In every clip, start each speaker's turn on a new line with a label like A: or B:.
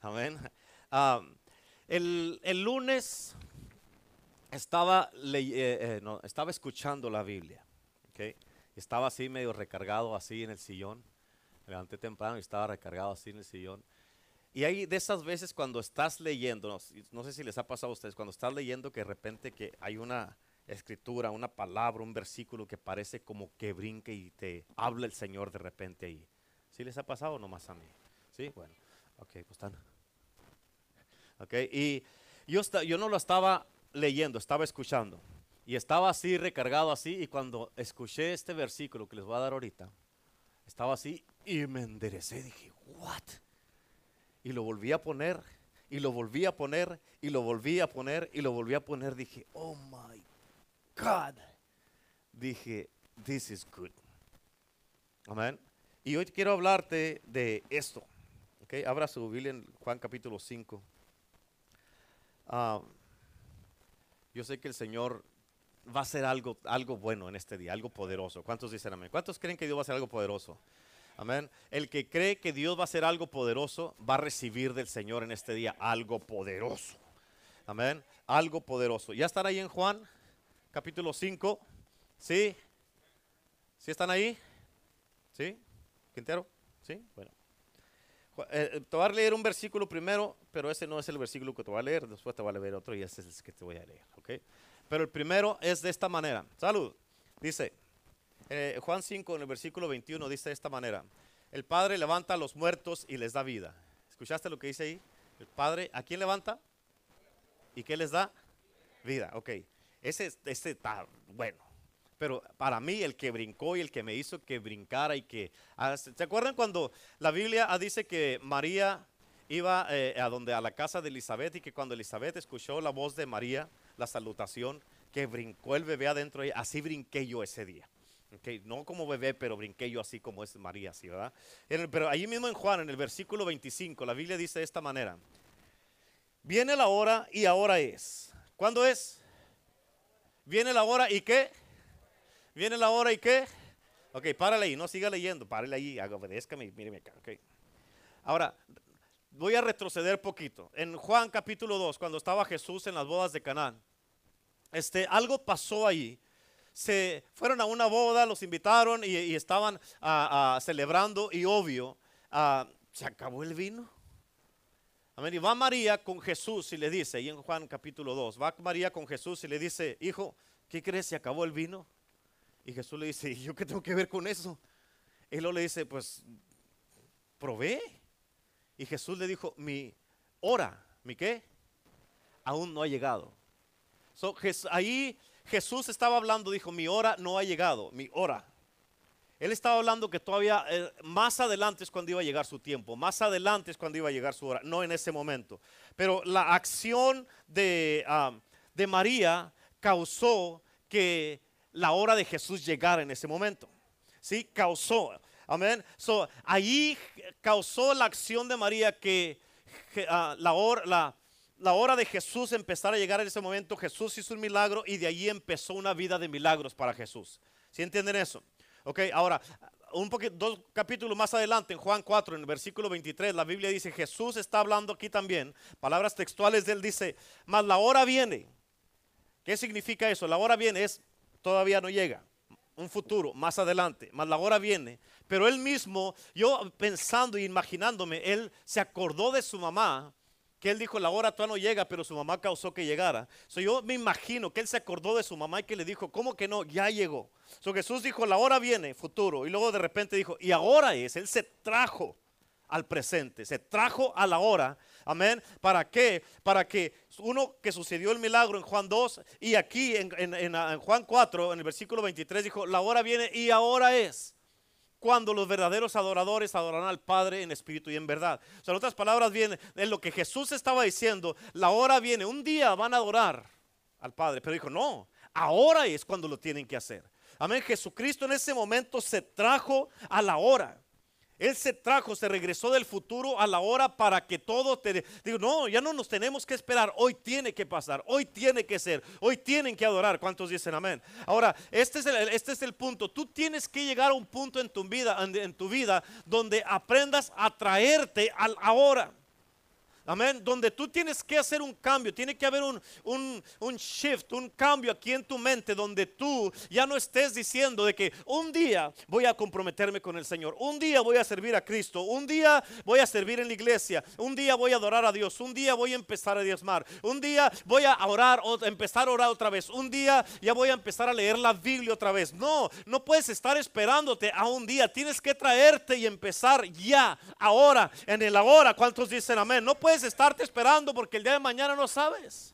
A: Amén. Ah, el lunes estaba escuchando la Biblia. ¿Ok? Estaba así medio recargado así en el sillón. Me levanté temprano y estaba recargado así en el sillón. Y hay de esas veces cuando estás leyendo, no sé si les ha pasado a ustedes, cuando estás leyendo que de repente que hay una escritura, una palabra, un versículo que parece como que brinque y te habla el Señor de repente ahí. ¿Sí les ha pasado o nomás a mí? Sí, bueno, ok, pues están. Ok, y yo no lo estaba leyendo, estaba escuchando. Y estaba así recargado así y cuando escuché este versículo que les voy a dar ahorita, estaba así y me enderecé, dije, ¿what? Y lo volví a poner, y lo volví a poner, y lo volví a poner, y lo volví a poner. Dije, oh my God. Dije, this is good. Amén. Y hoy quiero hablarte de esto. Ok, abra su Biblia en Juan capítulo 5. Ah, yo sé que el Señor va a hacer algo bueno en este día, algo poderoso. ¿Cuántos dicen amén? ¿Cuántos creen que Dios va a hacer algo poderoso? Amén. El que cree que Dios va a hacer algo poderoso va a recibir del Señor en este día algo poderoso. Amén. Algo poderoso. ¿Ya están ahí en Juan capítulo 5? ¿Sí? ¿Sí están ahí? ¿Sí? ¿Quintero? ¿Sí? Bueno. Te voy a leer un versículo primero, pero ese no es el versículo que te voy a leer. Después te voy a leer otro y ese es el que te voy a leer. ¿Ok? Pero el primero es de esta manera. Salud. Dice, Juan 5 en el versículo 21 dice de esta manera. El Padre levanta a los muertos y les da vida. ¿Escuchaste lo que dice ahí? El Padre, ¿a quién levanta? ¿Y qué les da? Vida, ok. Ese está bueno. Pero para mí el que brincó y el que me hizo que brincara y que... ¿Se acuerdan cuando la Biblia dice que María iba a la casa de Elizabeth y que cuando Elizabeth escuchó la voz de María, la salutación, que brincó el bebé adentro de ella? Así brinqué yo ese día. Okay, no como bebé, pero brinqué yo así como es María, así, ¿verdad? Pero ahí mismo en Juan, en el versículo 25, la Biblia dice de esta manera. Viene la hora y ahora es. ¿Cuándo es? Viene la hora y ¿qué? Viene la hora y ¿qué? Ok, párale ahí, no siga leyendo, párale ahí, obedézcame, míreme acá, ok. Ahora, voy a retroceder poquito. En Juan capítulo 2, cuando estaba Jesús en las bodas de Canaán, algo pasó ahí. Se fueron a una boda, los invitaron y estaban celebrando y obvio, se acabó el vino. Amén. Y va María con Jesús y le dice, y en Juan capítulo 2, va María con Jesús y le dice, hijo, ¿qué crees? ¿Se acabó el vino? Y Jesús le dice, ¿y yo qué tengo que ver con eso? Y luego le dice, pues, probé. Y Jesús le dijo, mi hora, ¿mi qué? Aún no ha llegado. Ahí Jesús estaba hablando, dijo, mi hora no ha llegado, mi hora. Él estaba hablando que todavía más adelante es cuando iba a llegar su tiempo, más adelante es cuando iba a llegar su hora, no en ese momento. Pero la acción de María causó que la hora de Jesús llegara en ese momento. Sí, causó, amén. Ahí causó la acción de María que la hora de Jesús empezara a llegar en ese momento. Jesús hizo un milagro y de allí empezó una vida de milagros para Jesús. ¿Sí entienden eso? Ok, ahora, dos capítulos más adelante, en Juan 4, en el versículo 23, la Biblia dice, Jesús está hablando aquí también, palabras textuales de él, dice, mas la hora viene. ¿Qué significa eso? La hora viene es, todavía no llega, un futuro, más adelante, mas la hora viene. Pero él mismo, yo pensando y imaginándome, él se acordó de su mamá, que él dijo, la hora todavía no llega, pero su mamá causó que llegara. Yo me imagino que él se acordó de su mamá y que le dijo, ¿cómo que no? Ya llegó. Jesús dijo, la hora viene, futuro. Y luego de repente dijo, y ahora es. Él se trajo al presente, se trajo a la hora. Amén. ¿Para qué? Para que uno que sucedió el milagro en Juan 2 y aquí en Juan 4, en el versículo 23, dijo, la hora viene y ahora es. Cuando los verdaderos adoradores adorarán al Padre en espíritu y en verdad. En otras palabras, viene en lo que Jesús estaba diciendo, la hora viene, un día van a adorar al Padre, pero dijo, no, ahora es cuando lo tienen que hacer. Amén, Jesucristo en ese momento se trajo a la hora. Él se regresó del futuro a la hora para que todo digo, no, ya no nos tenemos que esperar. Hoy tiene que pasar, hoy tiene que ser, hoy tienen que adorar. ¿Cuántos dicen amén? Ahora, este es el punto. Tú tienes que llegar a un punto en tu vida donde aprendas a traerte al ahora. Amén. Donde tú tienes que hacer un cambio, tiene que haber un shift, un cambio aquí en tu mente, donde tú ya no estés diciendo de que un día voy a comprometerme con el Señor, un día voy a servir a Cristo, un día voy a servir en la iglesia, un día voy a adorar a Dios, un día voy a empezar a diezmar, un día voy a orar o empezar a orar otra vez, un día ya voy a empezar a leer la Biblia otra vez. No, no puedes estar esperándote a un día, tienes que traerte y empezar ya, ahora, en el ahora. ¿Cuántos dicen amén? No puedes estarte esperando porque el día de mañana no sabes.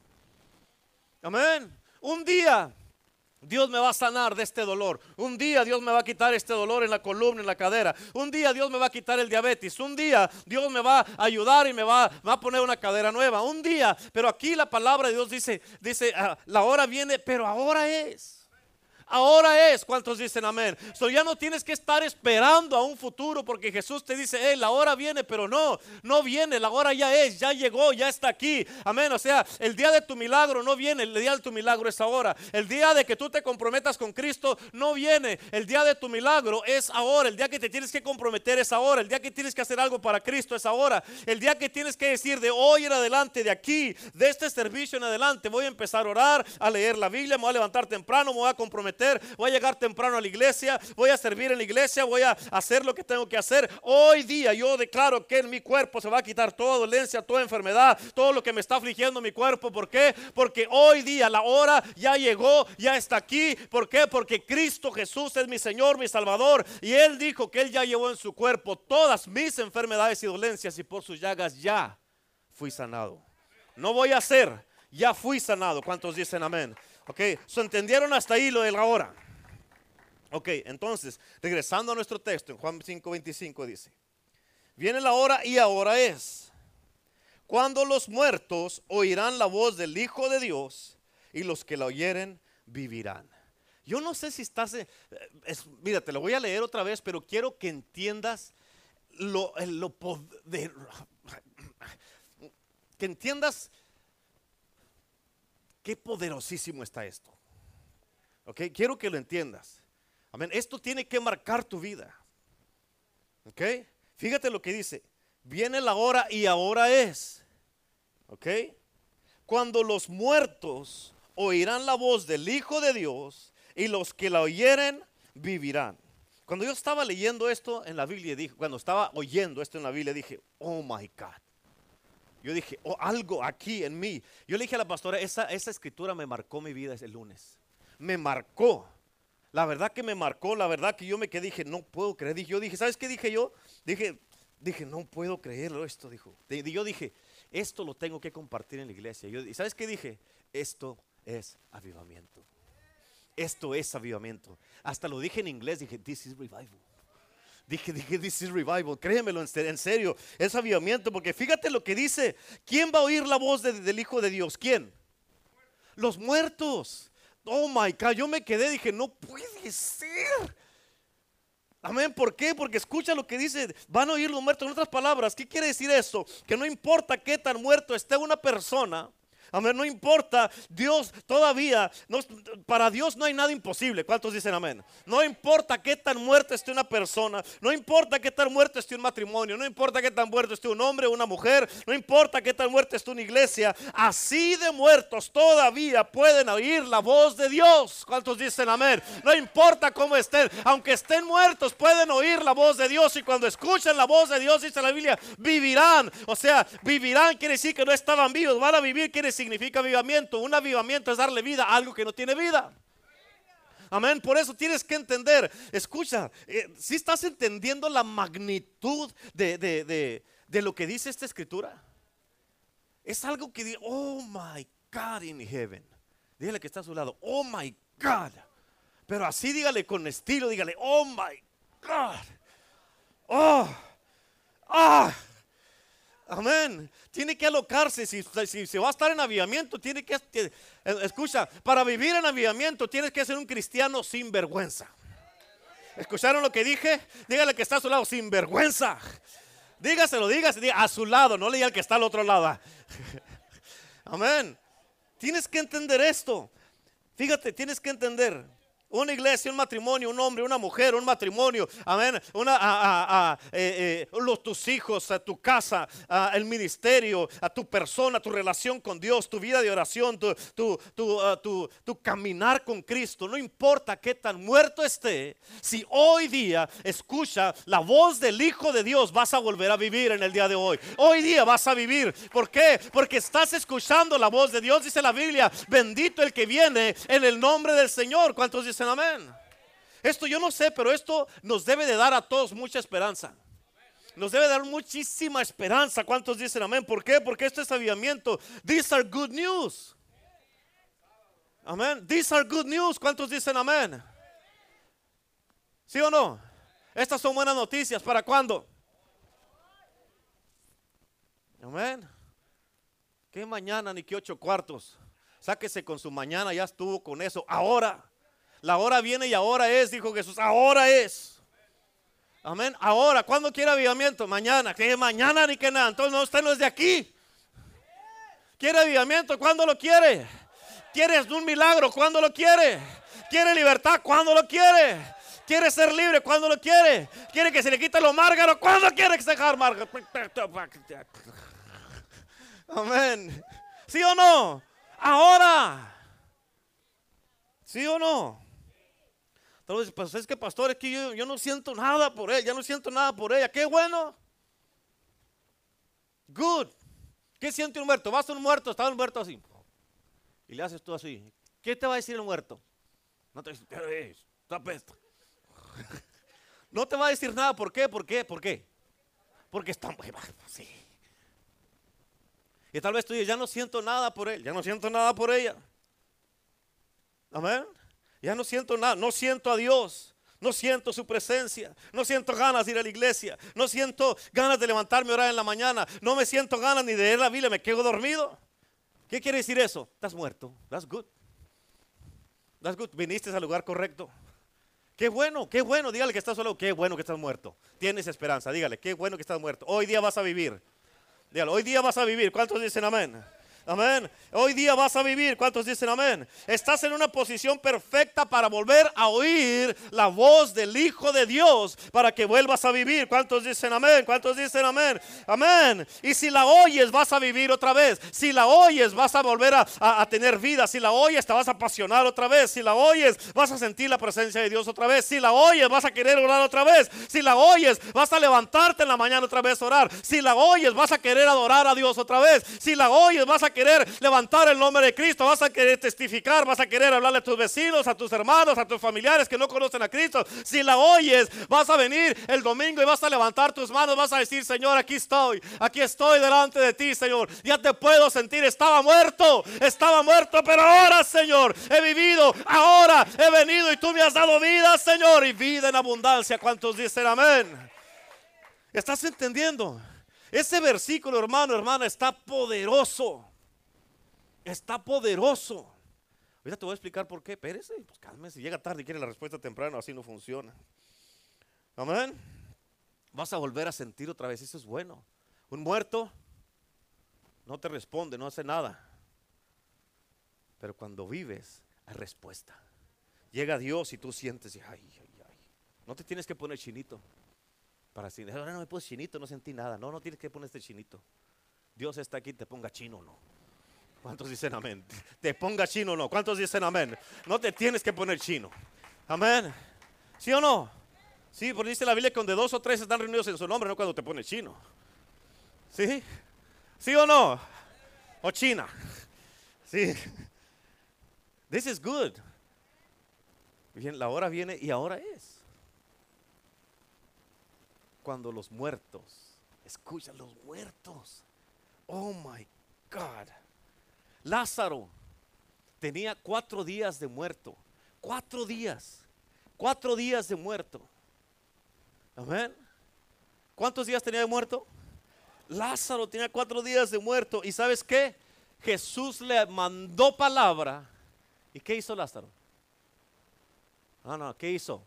A: Amén. Un día Dios me va a sanar de este dolor. Un día Dios me va a quitar este dolor en la columna, en la cadera. Un día Dios me va a quitar el diabetes. Un día Dios me va a ayudar y me va a poner una cadera nueva. Un día, pero aquí la palabra de Dios dice, la hora viene, pero ahora es. Ahora es. ¿Cuántos dicen amén? Ya no tienes que estar esperando a un futuro, porque Jesús te dice, la hora viene, pero no viene. La hora ya es, ya llegó, ya está aquí. Amén. O sea, el día de tu milagro no viene, el día de tu milagro es ahora. El día de que tú te comprometas con Cristo no viene, el día de tu milagro es ahora. El día que te tienes que comprometer es ahora. El día que tienes que hacer algo para Cristo es ahora. El día que tienes que decir, de hoy en adelante, de aquí, de este servicio en adelante, voy a empezar a orar, a leer la Biblia, me voy a levantar temprano, me voy a comprometer, voy a llegar temprano a la iglesia, voy a servir en la iglesia, voy a hacer lo que tengo que hacer. Hoy día yo declaro que en mi cuerpo se va a quitar toda dolencia, toda enfermedad, todo lo que me está afligiendo mi cuerpo. ¿Por qué? Porque hoy día la hora ya llegó, ya está aquí. ¿Por qué? Porque Cristo Jesús es mi Señor, mi Salvador, y Él dijo que Él ya llevó en su cuerpo todas mis enfermedades y dolencias, y por sus llagas ya fui sanado. No voy a hacer, ya fui sanado. ¿Cuántos dicen amén? Ok, ¿entendieron hasta ahí lo de la hora? Ok, entonces, regresando a nuestro texto, en Juan 5:25 dice, viene la hora y ahora es, cuando los muertos oirán la voz del Hijo de Dios, y los que la oyeren vivirán. Yo no sé si estás, mira, te lo voy a leer otra vez, pero quiero que entiendas lo poder, que entiendas qué poderosísimo está esto. Ok, quiero que lo entiendas. Amén. Esto tiene que marcar tu vida. Ok, fíjate lo que dice. Viene la hora y ahora es. Ok, cuando los muertos oirán la voz del Hijo de Dios, y los que la oyeren vivirán. Cuando yo estaba leyendo esto en la Biblia, cuando estaba oyendo esto en la Biblia, dije, oh my God. Yo dije, algo aquí en mí. Yo le dije a la pastora, esa escritura me marcó mi vida ese lunes. Me marcó. La verdad que me marcó, la verdad que yo me quedé, dije, no puedo creer. Yo dije, ¿sabes qué dije yo? Dije, no puedo creerlo esto, dijo. Yo dije, esto lo tengo que compartir en la iglesia. ¿Y sabes qué dije? Esto es avivamiento. Esto es avivamiento. Hasta lo dije en inglés, dije, this is revival. Dije, this is revival. Créemelo, en serio, es avivamiento. Porque fíjate lo que dice. ¿Quién va a oír la voz del Hijo de Dios? ¿Quién? Los muertos. Oh my God, yo me quedé, dije, no puede ser. Amén, ¿por qué? Porque escucha lo que dice, van a oír los muertos. En otras palabras, ¿qué quiere decir eso? Que no importa qué tan muerto esté una persona. Amén, no importa, Dios todavía, para Dios no hay nada imposible. ¿Cuántos dicen amén? No importa qué tan muerta esté una persona, no importa qué tan muerto esté un matrimonio, no importa qué tan muerto esté un hombre o una mujer, no importa qué tan muerta esté una iglesia, así de muertos todavía pueden oír la voz de Dios. ¿Cuántos dicen amén? No importa cómo estén, aunque estén muertos, pueden oír la voz de Dios, y cuando escuchen la voz de Dios, dice la Biblia, vivirán. O sea, vivirán quiere decir que no estaban vivos, van a vivir quiere decir significa avivamiento. Un avivamiento es darle vida a algo que no tiene vida. Amén. Por eso tienes que entender. Escucha, si estás entendiendo la magnitud de lo que dice esta escritura. Es algo que dice, oh my God in heaven. Dígale que está a su lado, oh my God. Pero así dígale con estilo, dígale, oh my God. Oh, ah. Amén. Tiene que alocarse. Si se va a estar en avivamiento, tiene que, escucha, para vivir en avivamiento tienes que ser un cristiano sin vergüenza. ¿Escucharon lo que dije? Dígale que está a su lado, sin vergüenza. Dígaselo, diga a su lado, no le diga al que está al otro lado. Amén. Tienes que entender esto. Fíjate, tienes que entender Una iglesia, un matrimonio, un hombre, una mujer, un matrimonio, amén, tus hijos, a tu casa, el ministerio, a tu persona, tu relación con Dios, tu vida de oración, tu caminar con Cristo. No importa qué tan muerto esté, si hoy día escucha la voz del Hijo de Dios, vas a volver a vivir en el día de hoy. Hoy día vas a vivir. ¿Por qué? Porque estás escuchando la voz de Dios. Dice la Biblia, bendito el que viene en el nombre del Señor. ¿Cuántos dicen amén? Esto yo no sé, pero esto nos debe de dar a todos mucha esperanza. Nos debe dar muchísima esperanza. ¿Cuántos dicen amén? ¿Por qué? Porque esto es avivamiento. These are good news. Amén. These are good news. ¿Cuántos dicen amén? ¿Sí o no? Estas son buenas noticias. ¿Para cuándo? Amén. ¿Qué mañana ni qué 8:15? Sáquese con su mañana, ya estuvo con eso. Ahora. La hora viene y ahora es, dijo Jesús. Ahora es. Amén. Ahora, ¿cuándo quiere avivamiento? Mañana. ¿Qué mañana ni qué nada? Entonces no, usted no es de aquí. ¿Quiere avivamiento? ¿Cuándo lo quiere? ¿Quieres un milagro? ¿Cuándo lo quiere? ¿Quiere libertad? ¿Cuándo lo quiere? ¿Quiere ser libre? ¿Cuándo lo quiere? ¿Quiere que se le quite lo márgaro? ¿Cuándo quiere que se deje márgaro? Amén. ¿Sí o no? Ahora. ¿Sí o no? Entonces, pues es que pastor, es que yo no siento nada por él, ya no siento nada por ella. Qué bueno. Good. ¿Qué siente un muerto? Vas a un muerto, está un muerto así. Y le haces tú así. ¿Qué te va a decir el muerto? No te va a decir, no te va a decir nada. ¿Por qué? ¿Por qué? ¿Por qué? Porque está muy bajo, sí. Y tal vez tú dices, ya no siento nada por él, ya no siento nada por ella. Amén. Ya no siento nada, no siento a Dios, no siento su presencia, no siento ganas de ir a la iglesia, no siento ganas de levantarme a orar en la mañana, no me siento ganas ni de leer la Biblia, me quedo dormido. ¿Qué quiere decir eso? Estás muerto. That's good. That's good. Viniste al lugar correcto. Qué bueno, dígale que estás solo, qué bueno que estás muerto. Tienes esperanza, dígale, qué bueno que estás muerto. Hoy día vas a vivir. Dígale, hoy día vas a vivir. ¿Cuántos dicen amén? Amén. Hoy día vas a vivir. ¿Cuántos dicen amén? Estás en una posición perfecta para volver a oír la voz del Hijo de Dios, para que vuelvas a vivir. ¿Cuántos dicen amén? ¿Cuántos dicen amén? Amén. Y si la oyes, vas a vivir otra vez. Si la oyes, vas a volver a tener vida. Si la oyes, te vas a apasionar otra vez. Si la oyes, vas a sentir la presencia de Dios otra vez. Si la oyes, vas a querer orar otra vez. Si la oyes, vas a levantarte en la mañana otra vez a orar. Si la oyes, vas a querer adorar a Dios otra vez. Si la oyes, vas a querer levantar el nombre de Cristo, vas a querer testificar, vas a querer hablarle a tus vecinos, a tus hermanos, a tus familiares que no conocen a Cristo. Si la oyes, vas a venir el domingo y vas a levantar tus manos, vas a decir, Señor, aquí estoy delante de ti, Señor. Ya te puedo sentir, estaba muerto, pero ahora, Señor, he vivido, ahora he venido y tú me has dado vida, Señor, y vida en abundancia. ¿Cuántos dicen amén? ¿Estás entendiendo? Ese versículo, hermano, hermana, está poderoso. Está poderoso. Ahorita te voy a explicar por qué. Espérese, pues cálmese. Si llega tarde y quiere la respuesta temprano, así no funciona. Amén. Vas a volver a sentir otra vez. Eso es bueno. Un muerto no te responde, no hace nada. Pero cuando vives, hay respuesta. Llega Dios y tú sientes, ay. No te tienes que poner chinito. Para decir, ahora no me puse chinito, no sentí nada. No tienes que ponerte chinito. Dios está aquí, te ponga chino o no. ¿Cuántos dicen amén? Te ponga chino o no. ¿Cuántos dicen amén? No te tienes que poner chino. Amén. ¿Sí o no? Sí, porque dice la Biblia que donde 2 o 3 están reunidos en su nombre, no cuando te pones chino. ¿Sí? ¿Sí o no? O china. Sí. This is good. Bien, la hora viene y ahora es. Cuando los muertos, escuchan los muertos. Oh my God. Lázaro tenía 4 días de muerto. 4 días. 4 días de muerto. Amén. ¿Cuántos días tenía de muerto? Lázaro tenía 4 días de muerto. ¿Y sabes qué? Jesús le mandó palabra. ¿Y qué hizo Lázaro? ¿Qué hizo?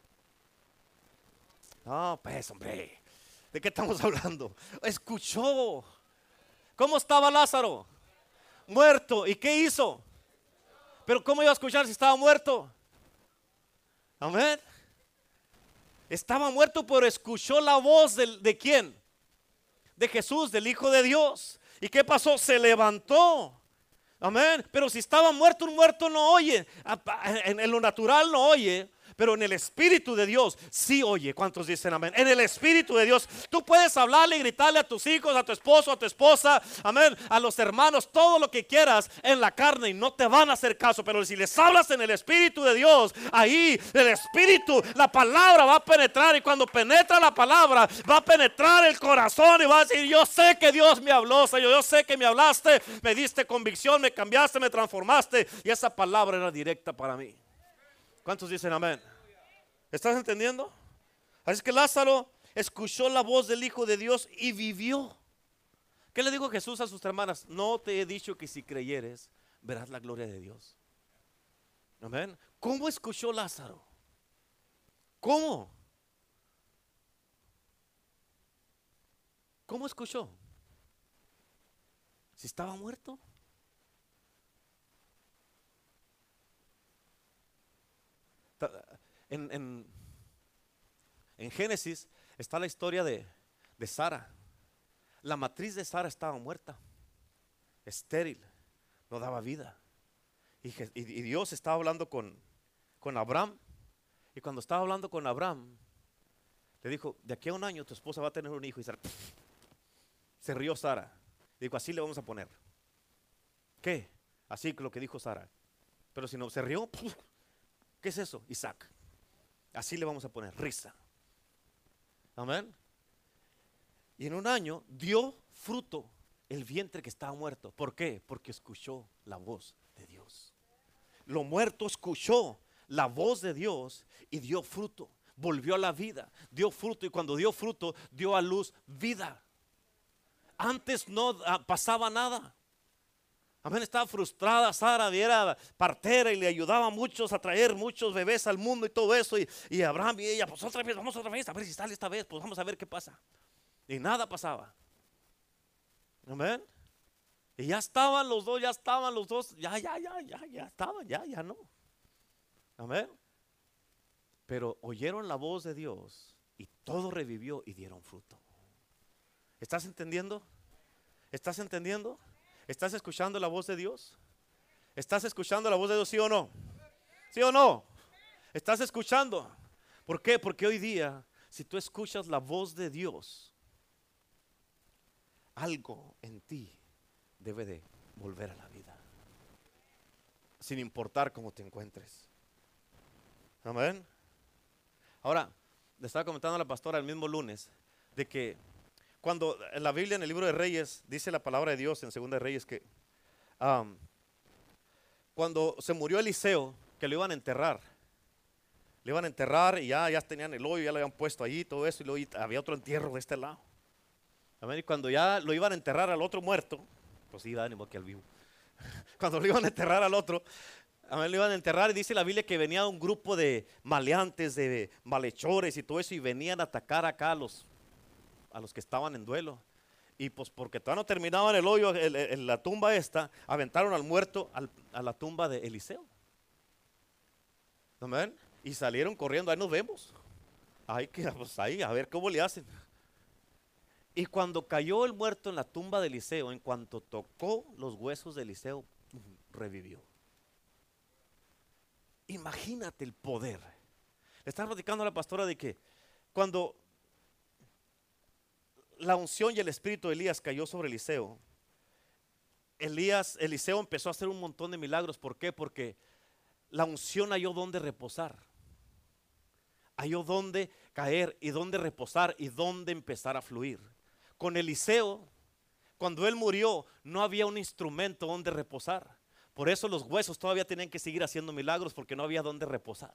A: Pues hombre, ¿de qué estamos hablando? Escuchó. ¿Cómo estaba Lázaro? Muerto. ¿Y qué hizo? Pero ¿cómo iba a escuchar si estaba muerto? Amén. Estaba muerto, pero escuchó la voz ¿de quién? De Jesús, del Hijo de Dios. ¿Y qué pasó? Se levantó. Amén. Pero si estaba muerto, un muerto no oye. En lo natural no oye. Pero en el Espíritu de Dios sí oye. ¿Cuántos dicen amén? En el Espíritu de Dios tú puedes hablarle y gritarle a tus hijos, a tu esposo, a tu esposa, amén, a los hermanos, todo lo que quieras en la carne y no te van a hacer caso. Pero si les hablas en el Espíritu de Dios, ahí el Espíritu, la palabra va a penetrar. Y cuando penetra la palabra, va a penetrar el corazón y va a decir: yo sé que Dios me habló, Señor, yo sé que me hablaste, me diste convicción, me cambiaste, me transformaste. Y esa palabra era directa para mí. ¿Cuántos dicen amén? ¿Estás entendiendo? Así que Lázaro escuchó la voz del Hijo de Dios y vivió. ¿Qué le dijo Jesús a sus hermanas? No te he dicho que si creyeres verás la gloria de Dios. Amén. ¿Cómo escuchó Lázaro? ¿Cómo? ¿Cómo escuchó? Si estaba muerto. En Génesis está la historia de Sara. La matriz de Sara estaba muerta, estéril, no daba vida. Y Dios estaba hablando con Abraham. Y cuando estaba hablando con Abraham, le dijo: de aquí a un año tu esposa va a tener un hijo. Y se rió Sara. Dijo: así le vamos a poner. ¿Qué? Así lo que dijo Sara. Pero si no se rió, ¿qué es eso? Isaac. Así le vamos a poner, risa. Amén. Y en un año dio fruto el vientre que estaba muerto. ¿Por qué? Porque escuchó la voz de Dios. Lo muerto escuchó la voz de Dios y dio fruto. Volvió a la vida, dio fruto, y cuando dio fruto dio a luz vida. Antes no pasaba nada. Amén. Estaba frustrada Sara, era partera y le ayudaba a muchos a traer muchos bebés al mundo y todo eso. Y Abraham y ella, pues otra vez, vamos otra vez, a ver si sale esta vez, pues vamos a ver qué pasa. Y nada pasaba. Amén. Y ya estaban los dos, ya estaban, ya no. Amén. Pero oyeron la voz de Dios y todo revivió y dieron fruto. ¿Estás entendiendo? ¿Estás entendiendo? ¿Estás escuchando la voz de Dios? ¿Estás escuchando la voz de Dios, sí o no? ¿Sí o no? ¿Estás escuchando? ¿Por qué? Porque hoy día, si tú escuchas la voz de Dios, algo en ti debe de volver a la vida, sin importar cómo te encuentres. Amén. Ahora, le estaba comentando a la pastora el mismo lunes de que cuando en la Biblia, en el libro de Reyes, dice la palabra de Dios en Segunda de Reyes que cuando se murió Eliseo, que lo iban a enterrar y ya tenían el hoyo, ya lo habían puesto allí, todo eso, y luego había otro entierro de este lado. Amén. Y cuando ya lo iban a enterrar al otro muerto, pues sí, ánimo que al vivo. Cuando lo iban a enterrar al otro, amén, lo iban a enterrar, y dice la Biblia que venía un grupo de maleantes, de malhechores y todo eso, y venían a atacar acá a los que estaban en duelo. Y pues porque todavía no terminaban el hoyo, la tumba esta, aventaron al muerto a la tumba de Eliseo. Amén. Y salieron corriendo, ahí nos vemos. Pues ahí, a ver cómo le hacen. Y cuando cayó el muerto en la tumba de Eliseo, en cuanto tocó los huesos de Eliseo, revivió. Imagínate el poder. Le estaba platicando a la pastora de que cuando la unción y el espíritu de Elías cayó sobre Eliseo, Eliseo empezó a hacer un montón de milagros. ¿Por qué? Porque la unción halló donde reposar, halló donde caer y donde reposar y donde empezar a fluir. Con Eliseo, cuando él murió, no había un instrumento donde reposar. Por eso los huesos todavía tenían que seguir haciendo milagros, porque no había donde reposar.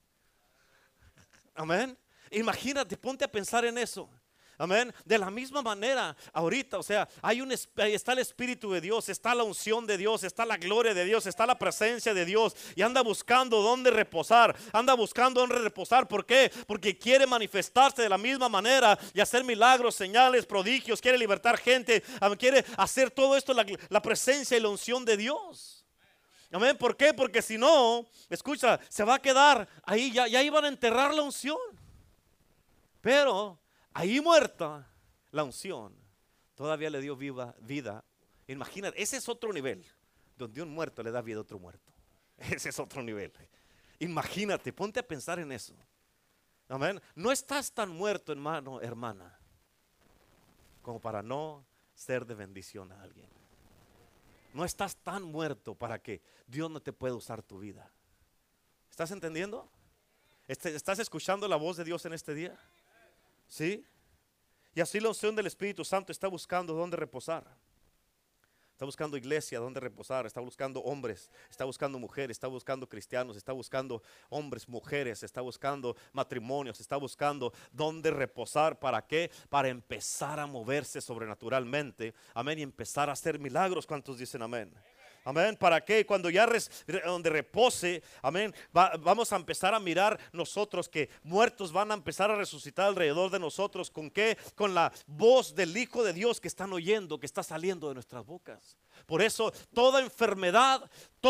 A: Amén. Imagínate, ponte a pensar en eso. Amén. De la misma manera, ahorita, o sea, está el Espíritu de Dios, está la unción de Dios, está la gloria de Dios, está la presencia de Dios, y anda buscando dónde reposar, ¿por qué? Porque quiere manifestarse de la misma manera y hacer milagros, señales, prodigios, quiere libertar gente, quiere hacer todo esto, la presencia y la unción de Dios. Amén. ¿Por qué? Porque si no, escucha, se va a quedar ahí, ya iban a enterrar la unción. Pero ahí muerta la unción, todavía le dio vida. Imagínate, ese es otro nivel, donde un muerto le da vida a otro muerto. Ese es otro nivel. Imagínate, ponte a pensar en eso. Amén. No estás tan muerto, hermano, hermana, como para no ser de bendición a alguien. No estás tan muerto para que Dios no te pueda usar tu vida. ¿Estás entendiendo? ¿Estás escuchando la voz de Dios en este día? ¿Sí? Y así la unción del Espíritu Santo está buscando dónde reposar. Está buscando iglesia donde reposar, está buscando hombres, está buscando mujeres, está buscando cristianos, está buscando hombres, mujeres, está buscando matrimonios, está buscando donde reposar. ¿Para qué? Para empezar a moverse sobrenaturalmente, amén, y empezar a hacer milagros. ¿Cuántos dicen amén? Amén. ¿Para qué? Cuando ya donde repose, amén, vamos a empezar a mirar nosotros que muertos van a empezar a resucitar alrededor de nosotros. ¿Con qué? Con la voz del Hijo de Dios que están oyendo, que está saliendo de nuestras bocas. Por eso toda enfermedad,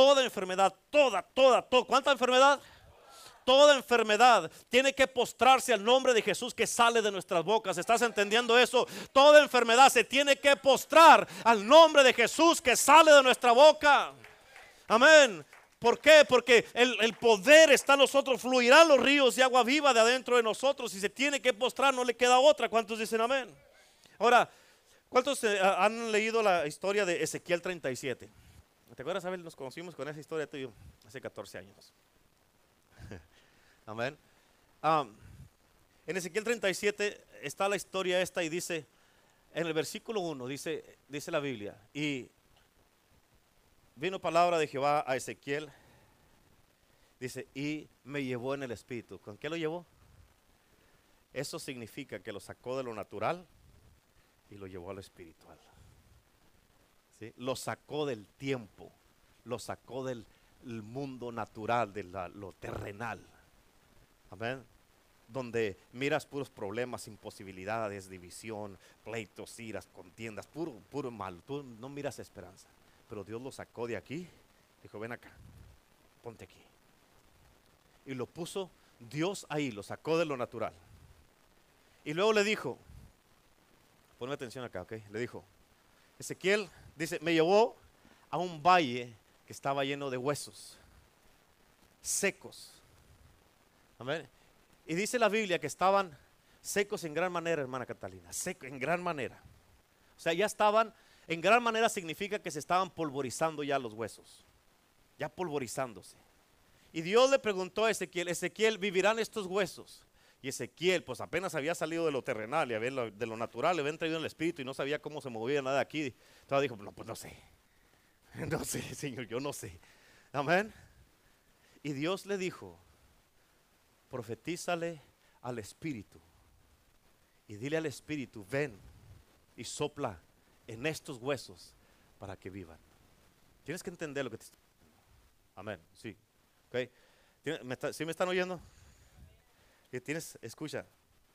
A: ¿cuánta enfermedad? Toda enfermedad tiene que postrarse al nombre de Jesús que sale de nuestras bocas. ¿Estás entendiendo eso? Toda enfermedad se tiene que postrar al nombre de Jesús que sale de nuestra boca. Amén. ¿Por qué? Porque el poder está en nosotros. Fluirán los ríos de agua viva de adentro de nosotros. Y se tiene que postrar, no le queda otra. ¿Cuántos dicen amén? Ahora, ¿cuántos han leído la historia de Ezequiel 37? ¿Te acuerdas, Abel? Nos conocimos con esa historia tuyo hace 14 años. Amén. En Ezequiel 37 está la historia esta y dice, en el versículo 1, dice la Biblia, y vino palabra de Jehová a Ezequiel, dice, y me llevó en el espíritu. ¿Con qué lo llevó? Eso significa que lo sacó de lo natural y lo llevó a lo espiritual. ¿Sí? Lo sacó del tiempo, lo sacó del mundo natural, de lo terrenal. Amén. Donde miras puros problemas, imposibilidades, división, pleitos, iras, contiendas, puro mal. Tú no miras esperanza. Pero Dios lo sacó de aquí. Dijo, ven acá, ponte aquí. Y lo puso Dios ahí, lo sacó de lo natural. Y luego le dijo, ponme atención acá, ok. Le dijo, Ezequiel, dice, me llevó a un valle que estaba lleno de huesos secos. Amén. Y dice la Biblia que estaban secos en gran manera, hermana Catalina, secos en gran manera. O sea, ya estaban, en gran manera significa que se estaban polvorizando ya los huesos, ya polvorizándose. Y Dios le preguntó a Ezequiel, Ezequiel, ¿vivirán estos huesos? Y Ezequiel, pues apenas había salido de lo terrenal y de lo natural, le habían traído el espíritu y no sabía cómo se movía nada de aquí. Entonces dijo, no, pues no sé, Señor, yo no sé. Amén. Y Dios le dijo, profetízale al espíritu y dile al espíritu, ven y sopla en estos huesos para que vivan. Tienes que entender lo que te estoy diciendo. Amén, sí. Okay. ¿Sí me están oyendo? Escucha.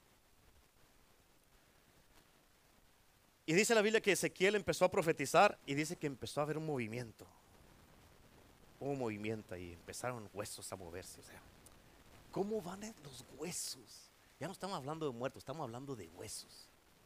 A: Y dice la Biblia que Ezequiel empezó a profetizar y dice que empezó a haber un movimiento. Hubo un movimiento y empezaron huesos a moverse. O sea, ¿cómo van los huesos? Ya no estamos hablando de muertos, estamos hablando de huesos.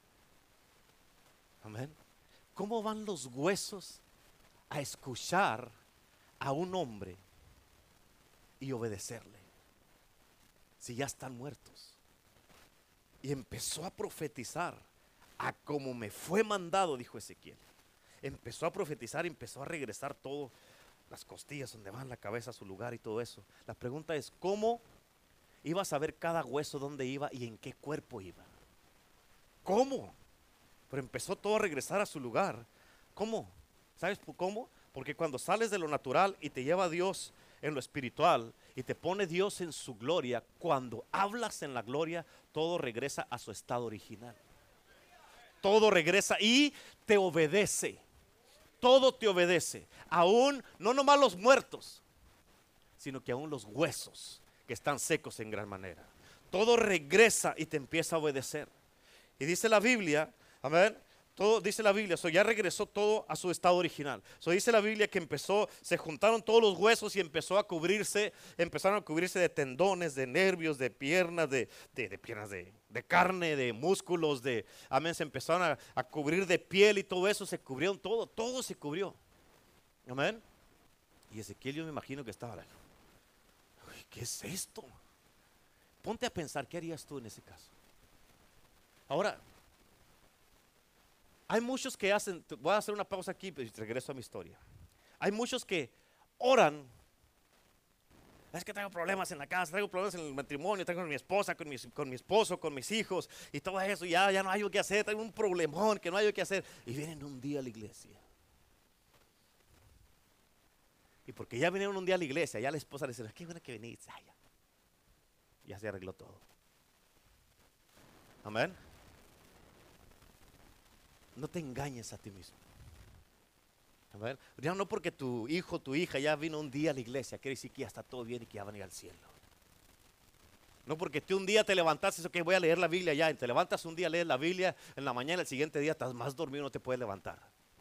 A: Amén. ¿Cómo van los huesos a escuchar a un hombre y obedecerle si ya están muertos? Y empezó a profetizar a como me fue mandado, dijo Ezequiel. Empezó a profetizar, empezó a regresar todo, las costillas donde van, la cabeza a su lugar y todo eso. La pregunta es, ¿cómo iba a saber cada hueso dónde iba y en qué cuerpo iba? ¿Cómo? Pero empezó todo a regresar a su lugar. ¿Cómo? ¿Sabes cómo? Porque cuando sales de lo natural y te lleva Dios en lo espiritual y te pone Dios en su gloria, cuando hablas en la gloria, todo regresa a su estado original. Todo regresa y te obedece. Todo te obedece. Aún, no nomás los muertos, sino que aún los huesos que están secos en gran manera. Todo regresa y te empieza a obedecer. Y dice la Biblia, amén, Todo, dice la Biblia, ya regresó todo a su estado original. Dice la Biblia que se juntaron todos los huesos y empezaron a cubrirse de tendones, de nervios, de piernas, de carne, de músculos, amén, se empezaron a cubrir de piel y todo eso, se cubrieron todo se cubrió. Amén. Y Ezequiel, yo me imagino que estaba, ¿qué es esto? Ponte a pensar, ¿qué harías tú en ese caso? Ahora, hay muchos que voy a hacer una pausa aquí y regreso a mi historia. Hay muchos que oran. Es que tengo problemas en la casa, tengo problemas en el matrimonio, tengo con mi esposa, con mi esposo, con mis hijos y todo eso, ya no hay algo que hacer, tengo un problemón que no hay algo que hacer. Y vienen un día a la iglesia. Y porque ya vinieron un día a la iglesia, ya la esposa le dice, qué bueno que venís. Ya se arregló todo. Amén. No te engañes a ti mismo. A ver, ya no porque tu hijo, tu hija ya vino un día a la iglesia, quiere decir que ya está todo bien y que ya van a ir al cielo. No porque tú un día te levantaste, eso que voy a leer la Biblia ya, y te levantas un día, lees la Biblia, en la mañana, el siguiente día estás más dormido, no te puedes levantar.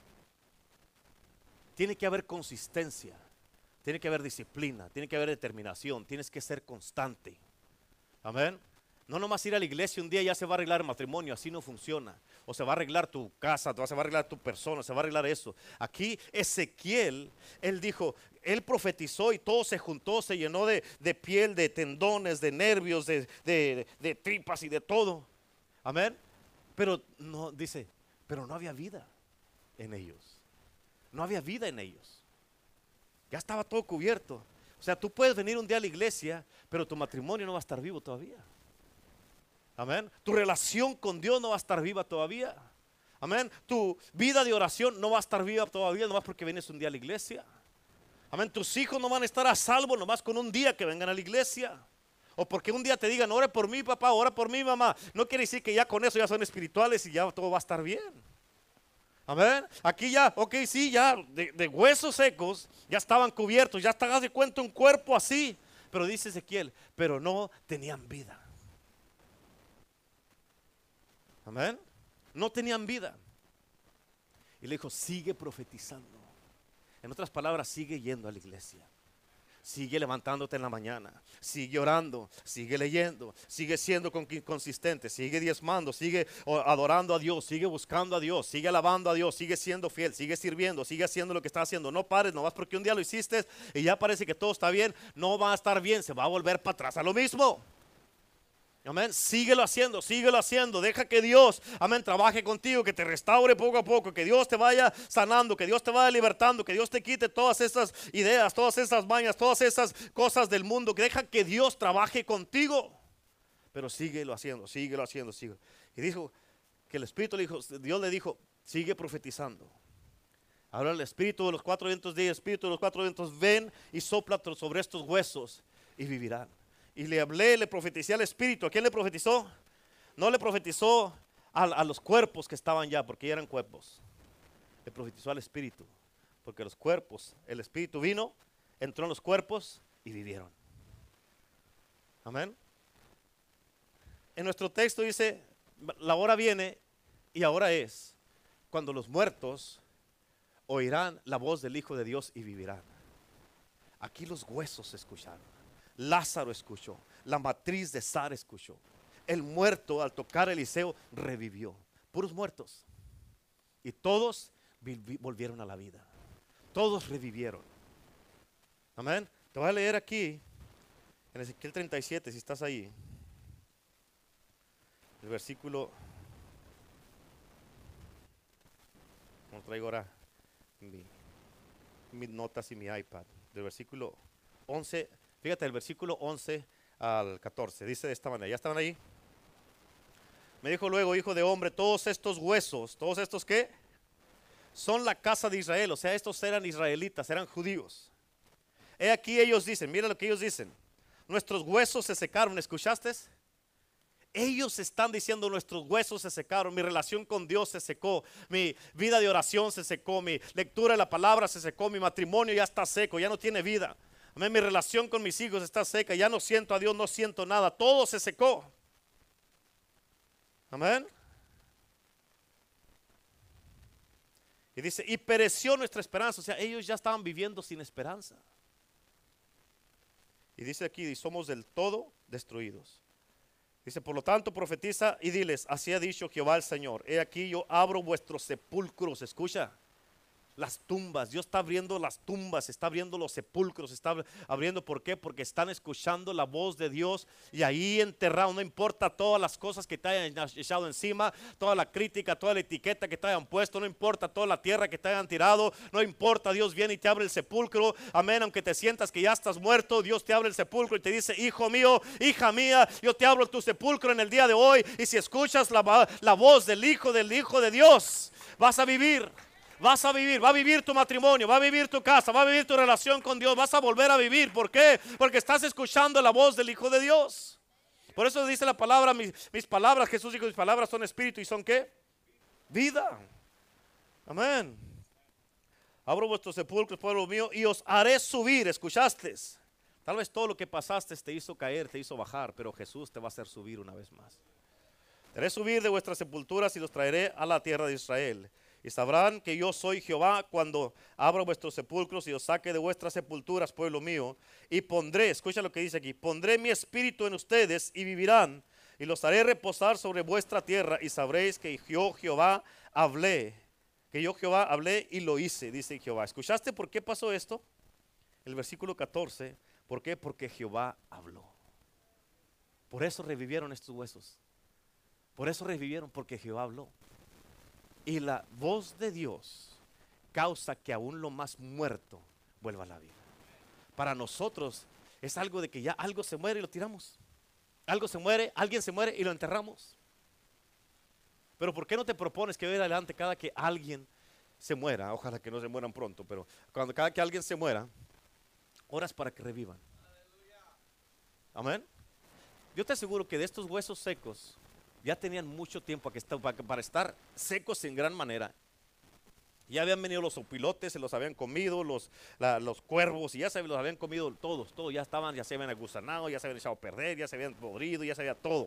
A: Tiene que haber consistencia, tiene que haber disciplina, tiene que haber determinación, tienes que ser constante. Amén. No nomás ir a la iglesia un día y ya se va a arreglar el matrimonio, así no funciona. O se va a arreglar tu casa, se va a arreglar tu persona, se va a arreglar eso. Aquí Ezequiel, él dijo, él profetizó y todo se juntó, se llenó de piel, de tendones, de nervios, de tripas y de todo. Amén. Pero no, dice, pero no había vida en ellos. No había vida en ellos. Ya estaba todo cubierto. O sea, tú puedes venir un día a la iglesia, pero tu matrimonio no va a estar vivo todavía. Amén. Tu relación con Dios no va a estar viva todavía. Amén. Tu vida de oración no va a estar viva todavía, nomás porque vienes un día a la iglesia. Amén. Tus hijos no van a estar a salvo nomás con un día que vengan a la iglesia. O porque un día te digan, ora por mí papá, ora por mí mamá. No quiere decir que ya con eso ya son espirituales y ya todo va a estar bien. Amén. Aquí ya, ok, sí, ya de huesos secos, ya estaban cubiertos, ya haz de cuenta un cuerpo así. Pero dice Ezequiel, pero no tenían vida. Amén. No tenían vida. Y le dijo, sigue profetizando. En otras palabras, sigue yendo a la iglesia. Sigue levantándote en la mañana. Sigue orando. Sigue leyendo. Sigue siendo consistente. Sigue diezmando. Sigue adorando a Dios. Sigue buscando a Dios. Sigue alabando a Dios. Sigue siendo fiel. Sigue sirviendo. Sigue haciendo lo que está haciendo. No pares, no vas porque un día lo hiciste y ya parece que todo está bien. No va a estar bien. Se va a volver para atrás a lo mismo. Amén, síguelo haciendo, deja que Dios, amén, trabaje contigo, que te restaure poco a poco, que Dios te vaya sanando, que Dios te vaya libertando, que Dios te quite todas esas ideas, todas esas mañas, todas esas cosas del mundo, que deja que Dios trabaje contigo, pero síguelo haciendo. Y dijo que el Espíritu le dijo, Dios le dijo, sigue profetizando. Ahora el Espíritu de los cuatro vientos, ven y sopla sobre estos huesos y vivirán. Y le hablé, le profeticé al Espíritu. ¿A quién le profetizó? No le profetizó a los cuerpos que estaban ya, porque ya eran cuerpos. Le profetizó al Espíritu, porque los cuerpos, el Espíritu vino, entró en los cuerpos y vivieron. Amén. En nuestro texto dice, la hora viene y ahora es, cuando los muertos oirán la voz del Hijo de Dios y vivirán. Aquí los huesos se escucharon. Lázaro escuchó, la matriz de Sara escuchó. El muerto al tocar a Eliseo revivió. Puros muertos. Y todos volvieron a la vida. Todos revivieron. Amén. Te voy a leer aquí en Ezequiel 37, si estás ahí. El versículo. No traigo ahora mis notas y mi iPad. Del versículo 11. Fíjate, el versículo 11 al 14, dice de esta manera, ¿ya estaban ahí? Me dijo luego, hijo de hombre, todos estos huesos, ¿todos estos qué? Son la casa de Israel, o sea, estos eran israelitas, eran judíos. He aquí ellos dicen, mira lo que ellos dicen, nuestros huesos se secaron, ¿escuchaste? Ellos están diciendo, nuestros huesos se secaron, mi relación con Dios se secó, mi vida de oración se secó, mi lectura de la palabra se secó, mi matrimonio ya está seco, ya no tiene vida. Amén, mi relación con mis hijos está seca, ya no siento a Dios, no siento nada, todo se secó. Amén. Y dice, y pereció nuestra esperanza. O sea, ellos ya estaban viviendo sin esperanza. Y dice aquí, y somos del todo destruidos. Dice, por lo tanto, profetiza y diles, así ha dicho Jehová el Señor. He aquí yo abro vuestros sepulcros. Escucha. Las tumbas, Dios está abriendo las tumbas, está abriendo los sepulcros, está abriendo, ¿por qué? Porque están escuchando la voz de Dios y ahí enterrado, no importa todas las cosas que te hayan echado encima, toda la crítica, toda la etiqueta que te hayan puesto, no importa toda la tierra que te hayan tirado, no importa, Dios viene y te abre el sepulcro, amén, aunque te sientas que ya estás muerto, Dios te abre el sepulcro y te dice, hijo mío, hija mía, yo te abro tu sepulcro en el día de hoy y si escuchas la voz del Hijo de Dios, vas a vivir. Vas a vivir, va a vivir tu matrimonio, va a vivir tu casa, va a vivir tu relación con Dios, vas a volver a vivir. ¿Por qué? Porque estás escuchando la voz del Hijo de Dios. Por eso dice la palabra, mis palabras, Jesús dijo, mis palabras son espíritu y son ¿qué? Vida. Amén. Abro vuestros sepulcros, pueblo mío, y os haré subir. ¿Escuchaste? Tal vez todo lo que pasaste te hizo caer, te hizo bajar, pero Jesús te va a hacer subir una vez más. Te haré subir de vuestras sepulturas y los traeré a la tierra de Israel. Y sabrán que yo soy Jehová cuando abro vuestros sepulcros y os saque de vuestras sepulturas, pueblo mío. Y pondré, escucha lo que dice aquí, pondré mi espíritu en ustedes y vivirán. Y los haré reposar sobre vuestra tierra y sabréis que yo Jehová hablé. Que yo Jehová hablé y lo hice, dice Jehová. ¿Escuchaste por qué pasó esto? El versículo 14. ¿Por qué? Porque Jehová habló. Por eso revivieron estos huesos. Por eso revivieron, porque Jehová habló. Y la voz de Dios causa que aún lo más muerto vuelva a la vida. Para nosotros es algo de que ya algo se muere y lo tiramos. Algo se muere, alguien se muere y lo enterramos. Pero ¿por qué no te propones que de adelante cada que alguien se muera, ojalá que no se mueran pronto, pero cada que alguien se muera, oras para que revivan? Amén. Yo te aseguro que de estos huesos secos ya tenían mucho tiempo para estar secos en gran manera. Ya habían venido los opilotes, se los habían comido, los cuervos, y ya se los habían comido todos, ya se habían agusanado, ya se habían echado a perder, ya se habían podrido, ya se había todo.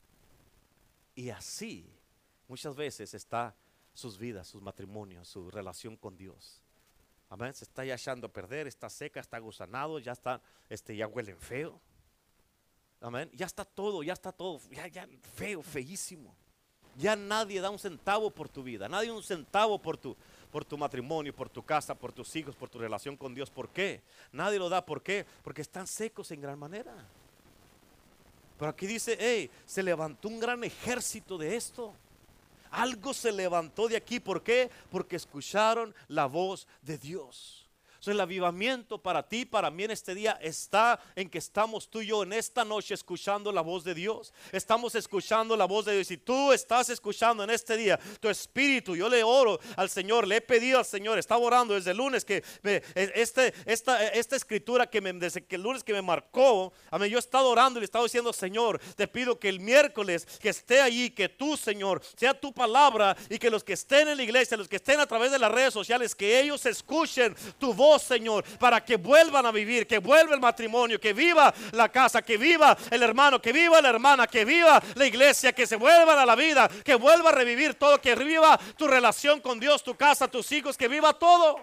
A: Y así muchas veces está sus vidas, sus matrimonios, su relación con Dios. Amén, se está ya echando a perder, está seca, está agusanado, ya huelen feo. Amén. Ya está todo, ya feo, feísimo. Ya nadie da un centavo por tu vida, nadie un centavo por tu matrimonio, por tu casa, por tus hijos, por tu relación con Dios. ¿Por qué? Nadie lo da, ¿por qué? Porque están secos en gran manera. Pero aquí dice, hey, se levantó un gran ejército de esto. Algo se levantó de aquí, ¿por qué? Porque escucharon la voz de Dios. El avivamiento para ti, para mí en este día está en que estamos tú y yo en esta noche escuchando la voz de Dios. Estamos escuchando la voz de Dios. Si tú estás escuchando en este día, tu espíritu, yo le oro al Señor, le he pedido al Señor, estaba orando desde el lunes que esta escritura desde que el lunes que me marcó, amén, yo he estado orando y le he estado diciendo, Señor, te pido que el miércoles que esté allí, que tú, Señor, sea tu palabra y que los que estén en la iglesia, los que estén a través de las redes sociales, que ellos escuchen tu voz, Señor, para que vuelvan a vivir, que vuelva el matrimonio, que viva la casa, que viva el hermano, que viva la hermana, que viva la iglesia, que se vuelvan a la vida, que vuelva a revivir todo, que viva tu relación con Dios, tu casa, tus hijos, que viva todo.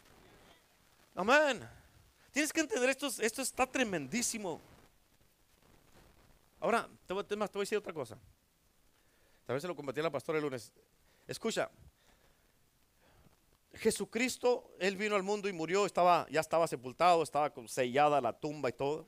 A: Amén. Tienes que entender esto está tremendísimo. Ahora, te voy a decir otra cosa. Tal vez se lo compartí a la pastora el lunes. Escucha. Jesucristo, Él vino al mundo y murió, ya estaba sepultado, estaba sellada la tumba y todo.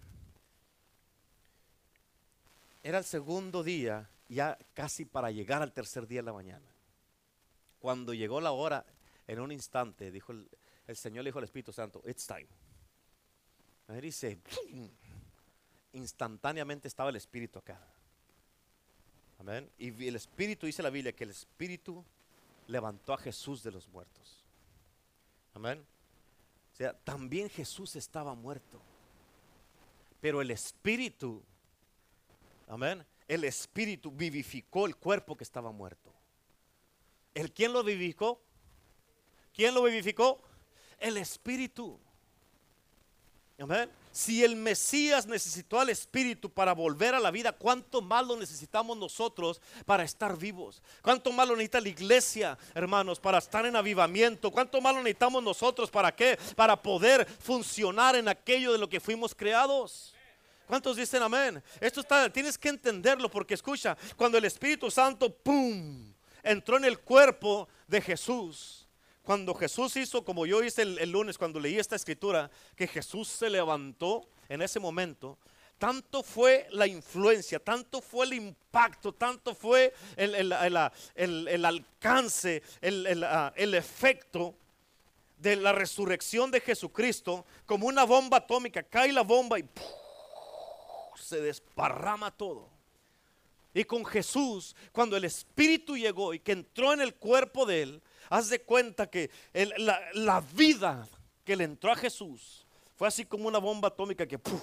A: Era el segundo día, ya casi para llegar al tercer día de la mañana. Cuando llegó la hora, en un instante, dijo el Señor, le dijo al Espíritu Santo, it's time. Ahí dice, instantáneamente estaba el Espíritu acá. Amén. Y el Espíritu, dice la Biblia, que el Espíritu levantó a Jesús de los muertos. Amén. O sea, también Jesús estaba muerto. Pero el Espíritu, amén, el Espíritu vivificó el cuerpo que estaba muerto. ¿Quién lo vivificó? ¿Quién lo vivificó? El Espíritu. Amén. Si el Mesías necesitó al Espíritu para volver a la vida, ¿cuánto más lo necesitamos nosotros para estar vivos? ¿Cuánto más lo necesita la iglesia, hermanos, para estar en avivamiento? ¿Cuánto más lo necesitamos nosotros para qué? Para poder funcionar en aquello de lo que fuimos creados. ¿Cuántos dicen amén? Esto tienes que entenderlo, porque escucha, cuando el Espíritu Santo, ¡pum!, entró en el cuerpo de Jesús. Cuando Jesús hizo, como yo hice el lunes cuando leí esta escritura, que Jesús se levantó en ese momento, tanto fue la influencia, tanto fue el impacto, tanto fue el alcance, el efecto de la resurrección de Jesucristo, como una bomba atómica. Cae la bomba y ¡puf!, se desparrama todo. Y con Jesús, cuando el Espíritu llegó y que entró en el cuerpo de él, haz de cuenta que la vida que le entró a Jesús fue así como una bomba atómica que ¡puf!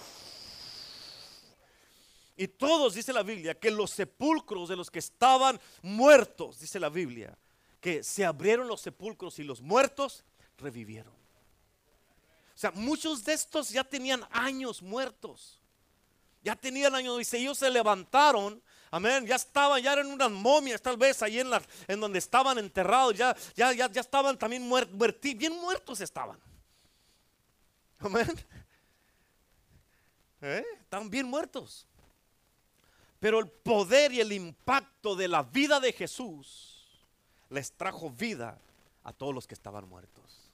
A: Y todos, dice la Biblia, que los sepulcros de los que estaban muertos, dice la Biblia, que se abrieron los sepulcros y los muertos revivieron. O sea, muchos de estos ya tenían años muertos. Ya tenían años, dice, ellos se levantaron, amén, ya eran unas momias tal vez ahí en donde estaban enterrados, ya estaban también bien muertos estaban. Amén. Estaban bien muertos. Pero el poder y el impacto de la vida de Jesús les trajo vida a todos los que estaban muertos.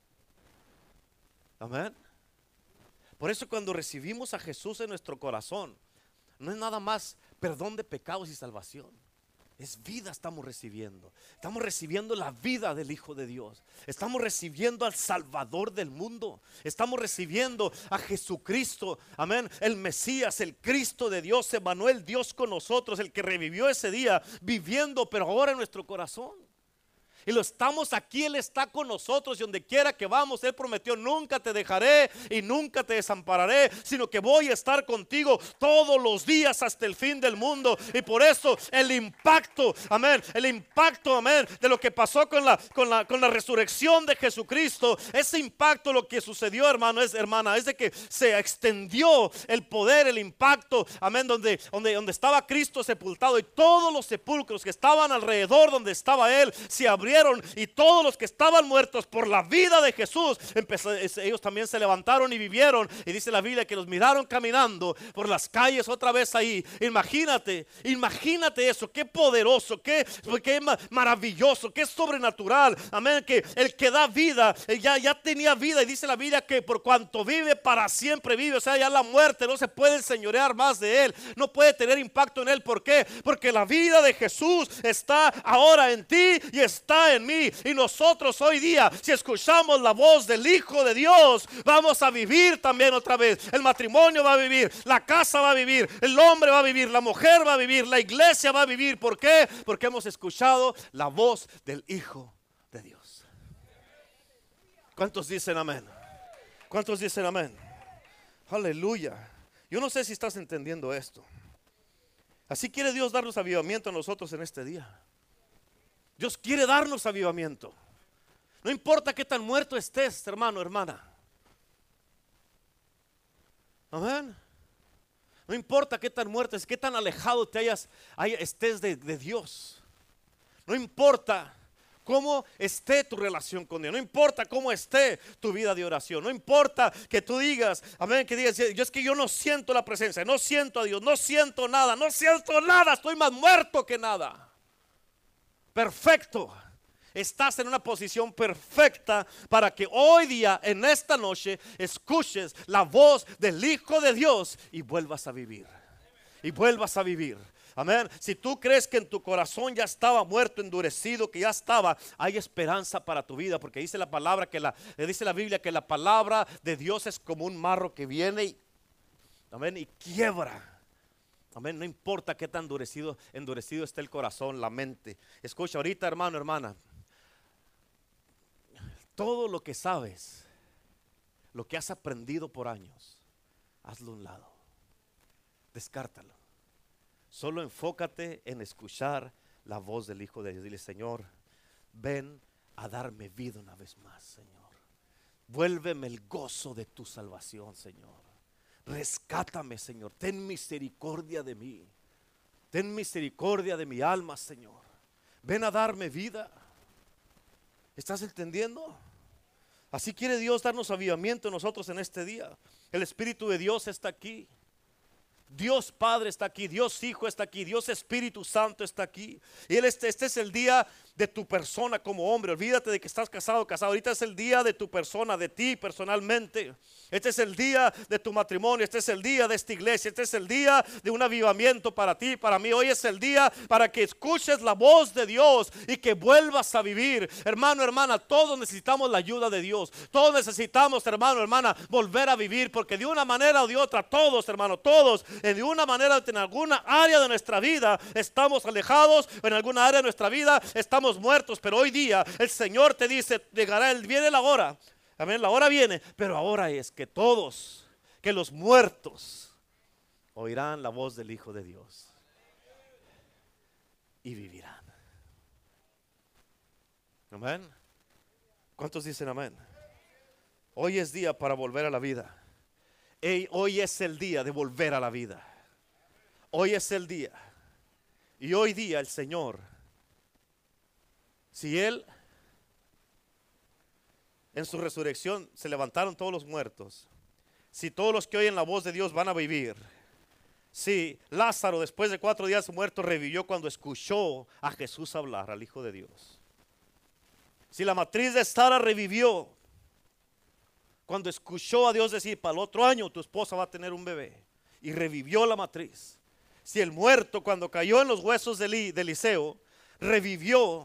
A: Amén. Por eso cuando recibimos a Jesús en nuestro corazón, no es nada más perdón de pecados y salvación. Es vida estamos recibiendo. Estamos recibiendo la vida del Hijo de Dios. Estamos recibiendo al Salvador del mundo. Estamos recibiendo a Jesucristo, amén, el Mesías, el Cristo de Dios, Emmanuel, Dios con nosotros, el que revivió ese día, viviendo pero ahora en nuestro corazón. Y lo estamos aquí, Él está con nosotros, y donde quiera que vamos, Él prometió: nunca te dejaré y nunca te desampararé, sino que voy a estar contigo todos los días hasta el fin del mundo. Y por eso el impacto, amén, de lo que pasó con la resurrección de Jesucristo, ese impacto, lo que sucedió, hermano, hermana, es de que se extendió el poder, el impacto, amén, donde estaba Cristo sepultado, y todos los sepulcros que estaban alrededor donde estaba Él se abrieron, y todos los que estaban muertos por la vida de Jesús, ellos también se levantaron y vivieron. Y dice la Biblia que los miraron caminando por las calles otra vez ahí. Imagínate eso, qué poderoso, qué maravilloso, qué sobrenatural, amén, que el que da vida ya tenía vida. Y dice la Biblia que por cuanto vive, para siempre vive. O sea, ya la muerte no se puede enseñorear más de Él, no puede tener impacto en Él. ¿Por qué? Porque la vida de Jesús está ahora en ti y está en mí. Y nosotros hoy día, si escuchamos la voz del Hijo de Dios, vamos a vivir también otra vez. El matrimonio va a vivir, la casa va a vivir, el hombre va a vivir, la mujer va a vivir, la iglesia va a vivir. ¿Por qué? Porque hemos escuchado la voz del Hijo de Dios. ¿Cuántos dicen amén? ¿Cuántos dicen amén? Aleluya. Yo no sé si estás entendiendo esto. Así quiere Dios darnos avivamiento a nosotros en este día. Dios quiere darnos avivamiento. No importa qué tan muerto estés, hermano, hermana. Amén. No importa qué tan muerto estés, qué tan alejado estés de Dios. No importa cómo esté tu relación con Dios. No importa cómo esté tu vida de oración. No importa que tú digas, amén, que digas: yo es que yo no siento la presencia, no siento a Dios, no siento nada, estoy más muerto que nada. Perfecto. Estás en una posición perfecta para que hoy día, en esta noche, escuches la voz del Hijo de Dios y vuelvas a vivir. Y vuelvas a vivir. Amén. Si tú crees que en tu corazón ya estaba muerto, endurecido, que ya estaba, hay esperanza para tu vida, porque dice la palabra dice la Biblia que la palabra de Dios es como un marro que viene amén, y quiebra. Amén. No importa qué tan endurecido esté el corazón, la mente. Escucha ahorita, hermano, hermana. Todo lo que sabes, lo que has aprendido por años, hazlo a un lado. Descártalo. Solo enfócate en escuchar la voz del Hijo de Dios. Dile: Señor, ven a darme vida una vez más, Señor. Vuélveme el gozo de tu salvación, Señor. rescátame, Señor, ten misericordia de mí, ten misericordia de mi alma, Señor, ven a darme vida. ¿Estás entendiendo? Así quiere Dios darnos avivamiento en nosotros en este día. El Espíritu de Dios está aquí. Dios Padre está aquí, Dios Hijo está aquí, Dios Espíritu Santo está aquí. Y este es el día de tu persona como hombre. Olvídate de que estás casado o casado. Ahorita es el día de tu persona, de ti personalmente. Este es el día de tu matrimonio. Este es el día de esta iglesia. Este es el día de un avivamiento para ti, para mí. Hoy es el día para que escuches la voz de Dios y que vuelvas a vivir. Hermano, hermana, todos necesitamos la ayuda de Dios. Todos necesitamos, hermano, hermana, volver a vivir. Porque de una manera o de otra, todos, hermano, todos, de una manera o en alguna área de nuestra vida estamos alejados, o en alguna área de nuestra vida estamos muertos. Pero hoy día el Señor te dice, llegará, viene la hora. Amén, la hora viene, pero ahora es que todos, que los muertos oirán la voz del Hijo de Dios y vivirán. Amén. ¿Cuántos dicen amén? Hoy es día para volver a la vida. Hoy es el día de volver a la vida. Hoy es el día. Y hoy día el Señor, si Él en su resurrección se levantaron todos los muertos, si todos los que oyen la voz de Dios van a vivir, si Lázaro después de 4 días muerto revivió cuando escuchó a Jesús hablar, al Hijo de Dios, si la matriz de Sara revivió cuando escuchó a Dios decir, para el otro año tu esposa va a tener un bebé, y revivió la matriz, si el muerto cuando cayó en los huesos de Eliseo revivió,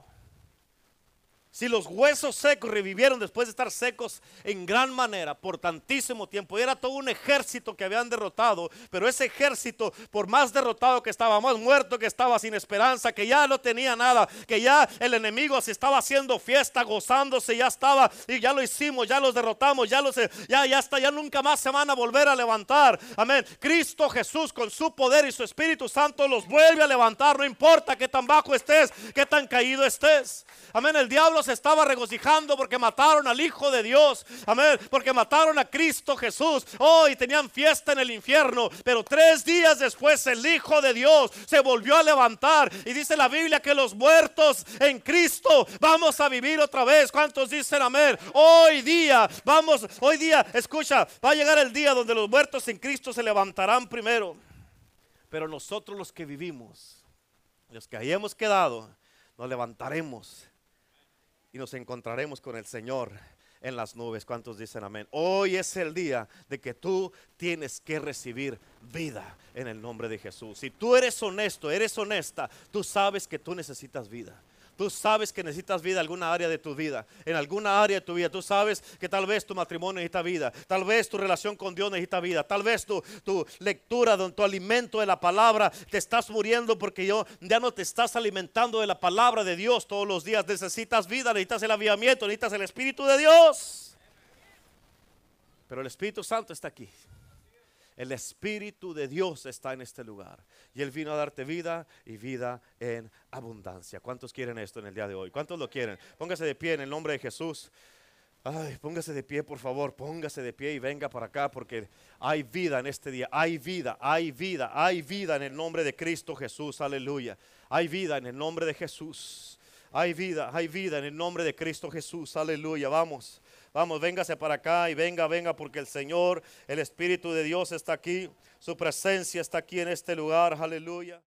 A: si los huesos secos revivieron después de estar secos en gran manera por tantísimo tiempo, y era todo un ejército que habían derrotado, pero ese ejército, por más derrotado que estaba, más muerto que estaba, sin esperanza, que ya no tenía nada, que ya el enemigo se estaba haciendo fiesta, gozándose, ya estaba, y ya lo hicimos, ya los derrotamos, ya está, ya nunca más se van a volver a levantar. Amén. Cristo Jesús con su poder y su Espíritu Santo los vuelve a levantar, no importa qué tan bajo estés, qué tan caído estés. Amén. El diablo se estaba regocijando porque mataron al Hijo de Dios. Amén. Porque mataron a Cristo Jesús. Oh, y tenían fiesta en el infierno. Pero 3 días después el Hijo de Dios se volvió a levantar. Y dice la Biblia que los muertos en Cristo vamos a vivir otra vez. ¿Cuántos dicen amén? Hoy día, escucha, va a llegar el día donde los muertos en Cristo se levantarán primero. Pero nosotros los que vivimos, los que hayamos quedado, nos levantaremos y nos encontraremos con el Señor en las nubes. ¿Cuántos dicen amén? Hoy es el día de que tú tienes que recibir vida en el nombre de Jesús. Si tú eres honesto, eres honesta, tú sabes que tú necesitas vida. Tú sabes que necesitas vida en alguna área de tu vida. En alguna área de tu vida. Tú sabes que tal vez tu matrimonio necesita vida. Tal vez tu relación con Dios necesita vida. Tal vez tu lectura, tu alimento de la palabra, te estás muriendo porque ya no te estás alimentando de la palabra de Dios todos los días. Necesitas vida, necesitas el avivamiento, necesitas el Espíritu de Dios. Pero el Espíritu Santo está aquí. El Espíritu de Dios está en este lugar. Y Él vino a darte vida y vida en abundancia. ¿Cuántos quieren esto en el día de hoy? ¿Cuántos lo quieren? Póngase de pie en el nombre de Jesús. Ay, póngase de pie, por favor. Póngase de pie y venga para acá, porque hay vida en este día. Hay vida, hay vida, hay vida en el nombre de Cristo Jesús. Aleluya. Hay vida en el nombre de Jesús. Hay vida en el nombre de Cristo Jesús. Aleluya. Vamos. Vamos, véngase para acá y venga, porque el Señor, el Espíritu de Dios está aquí. Su presencia está aquí en este lugar. Aleluya.